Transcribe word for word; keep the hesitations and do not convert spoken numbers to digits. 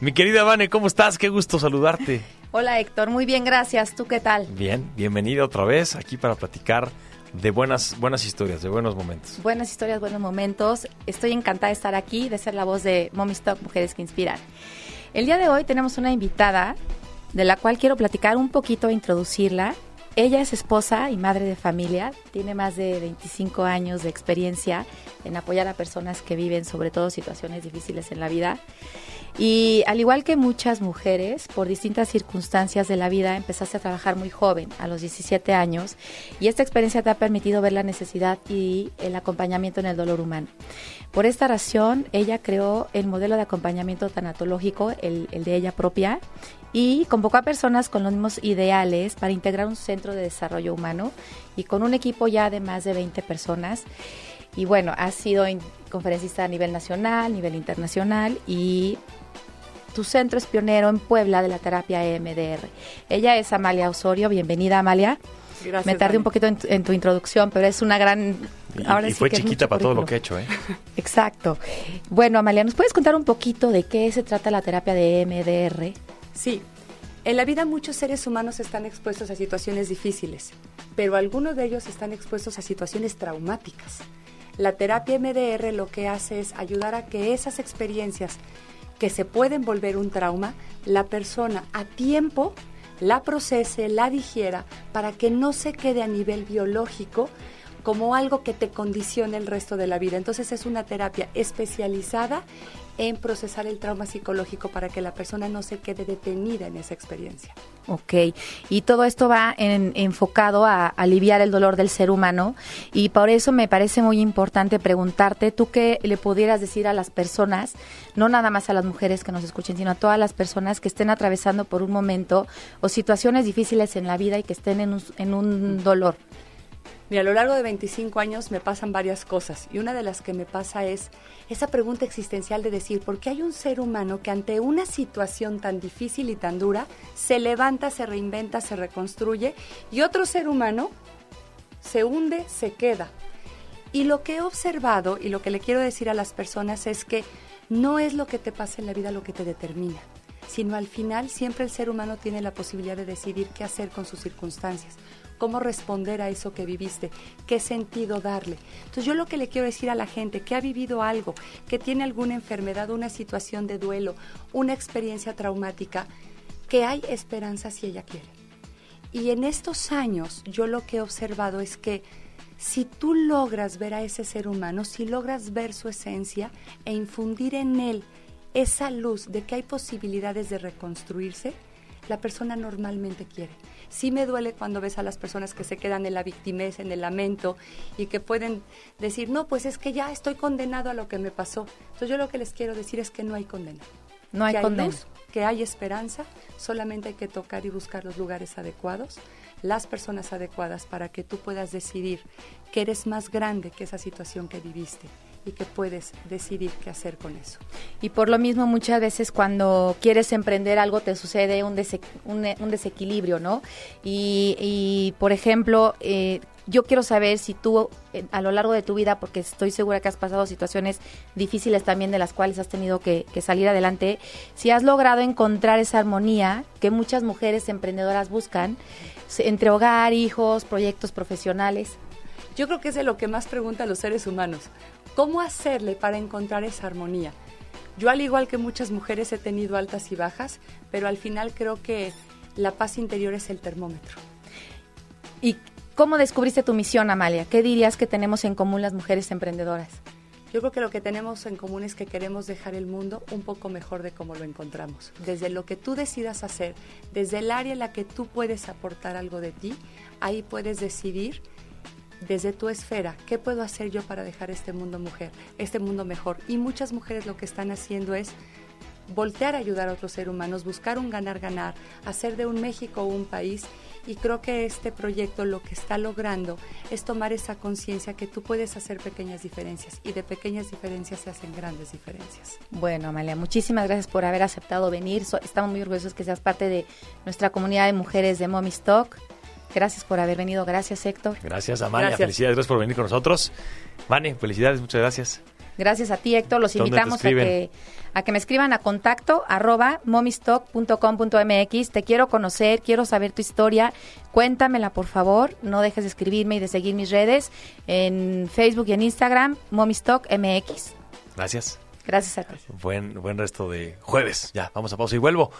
Mi querida Vane, ¿cómo estás? Qué gusto saludarte. Hola Héctor, muy bien, gracias. ¿Tú qué tal? Bien, bienvenida otra vez aquí para platicar de buenas, buenas historias, de buenos momentos. Buenas historias, buenos momentos. Estoy encantada de estar aquí, de ser la voz de Mommy's Talk, Mujeres que Inspiran. El día de hoy tenemos una invitada de la cual quiero platicar un poquito e introducirla. Ella es esposa y madre de familia, tiene más de veinticinco años de experiencia en apoyar a personas que viven sobre todo situaciones difíciles en la vida. Y al igual que muchas mujeres, por distintas circunstancias de la vida, empezaste a trabajar muy joven, a los diecisiete años, y esta experiencia te ha permitido ver la necesidad y el acompañamiento en el dolor humano. Por esta razón, ella creó el modelo de acompañamiento tanatológico, el, el de ella propia, y convocó a personas con los mismos ideales para integrar un centro de desarrollo humano y con un equipo ya de más de veinte personas. Y bueno, ha sido conferencista a nivel nacional, nivel internacional, y tu centro es pionero en Puebla de la terapia E M D R. Ella es Amalia Osorio. Bienvenida, Amalia. Gracias. Me tardé Dani. un poquito en tu, en tu introducción, pero es una gran... Y, ahora y sí fue que es chiquita mucho para todo lo currículum. que he hecho, ¿eh? Exacto. Bueno, Amalia, ¿nos puedes contar un poquito de qué se trata la terapia de E M D R? Sí, en la vida muchos seres humanos están expuestos a situaciones difíciles, pero algunos de ellos están expuestos a situaciones traumáticas. La terapia E M D R lo que hace es ayudar a que esas experiencias que se pueden volver un trauma, la persona a tiempo la procese, la digiera, para que no se quede a nivel biológico como algo que te condicione el resto de la vida. Entonces es una terapia especializada en procesar el trauma psicológico para que la persona no se quede detenida en esa experiencia. Ok, y todo esto va en, enfocado a aliviar el dolor del ser humano, y por eso me parece muy importante preguntarte, tú qué le pudieras decir a las personas, no nada más a las mujeres que nos escuchen, sino a todas las personas que estén atravesando por un momento o situaciones difíciles en la vida y que estén en un, en un dolor. Mira, a lo largo de veinticinco años me pasan varias cosas, y una de las que me pasa es esa pregunta existencial de decir, ¿por qué hay un ser humano que ante una situación tan difícil y tan dura se levanta, se reinventa, se reconstruye, y otro ser humano se hunde, se queda? Y lo que he observado y lo que le quiero decir a las personas es que no es lo que te pasa en la vida lo que te determina, sino al final siempre el ser humano tiene la posibilidad de decidir qué hacer con sus circunstancias, cómo responder a eso que viviste, qué sentido darle. Entonces yo lo que le quiero decir a la gente que ha vivido algo, que tiene alguna enfermedad, una situación de duelo, una experiencia traumática, que hay esperanza si ella quiere. Y en estos años yo lo que he observado es que si tú logras ver a ese ser humano, si logras ver su esencia e infundir en él esa luz de que hay posibilidades de reconstruirse, la persona normalmente quiere. Sí me duele cuando ves a las personas que se quedan en la victimez, en el lamento, y que pueden decir, no, pues es que ya estoy condenado a lo que me pasó. Entonces yo lo que les quiero decir es que no hay condena. No hay que condena. Hay luz, que hay esperanza, solamente hay que tocar y buscar los lugares adecuados, las personas adecuadas para que tú puedas decidir que eres más grande que esa situación que viviste y que puedes decidir qué hacer con eso. Y por lo mismo muchas veces cuando quieres emprender algo te sucede un, dese, un, un desequilibrio, ¿no? Y, y por ejemplo, eh, yo quiero saber si tú eh, a lo largo de tu vida, porque estoy segura que has pasado situaciones difíciles también de las cuales has tenido que, que salir adelante, si has logrado encontrar esa armonía que muchas mujeres emprendedoras buscan entre hogar, hijos, proyectos profesionales. Yo creo que es de lo que más preguntan los seres humanos. ¿Cómo hacerle para encontrar esa armonía? Yo, al igual que muchas mujeres, he tenido altas y bajas, pero al final creo que la paz interior es el termómetro. ¿Y cómo descubriste tu misión, Amalia? ¿Qué dirías que tenemos en común las mujeres emprendedoras? Yo creo que lo que tenemos en común es que queremos dejar el mundo un poco mejor de como lo encontramos. Desde lo que tú decidas hacer, desde el área en la que tú puedes aportar algo de ti, ahí puedes decidir desde tu esfera, ¿qué puedo hacer yo para dejar este mundo mujer, este mundo mejor? Y muchas mujeres lo que están haciendo es voltear a ayudar a otros seres humanos, buscar un ganar-ganar, hacer de un México un país, y creo que este proyecto lo que está logrando es tomar esa conciencia que tú puedes hacer pequeñas diferencias, y de pequeñas diferencias se hacen grandes diferencias. Bueno, Amalia, muchísimas gracias por haber aceptado venir. So, estamos muy orgullosos que seas parte de nuestra comunidad de mujeres de Mommy's Talk. Gracias por haber venido. Gracias, Héctor. Gracias, Amalia. Gracias. Felicidades, gracias por venir con nosotros. Vane, felicidades, muchas gracias. Gracias a ti, Héctor. Los ¿Dónde te invitamos a escriben? que, a que me escriban a contacto arroba momistock punto com punto mx. Te quiero conocer, quiero saber tu historia. Cuéntamela, por favor. No dejes de escribirme y de seguir mis redes en Facebook y en Instagram, momistock M X. Gracias. Gracias a ti. Buen, buen resto de jueves. Ya, vamos a pausa y vuelvo.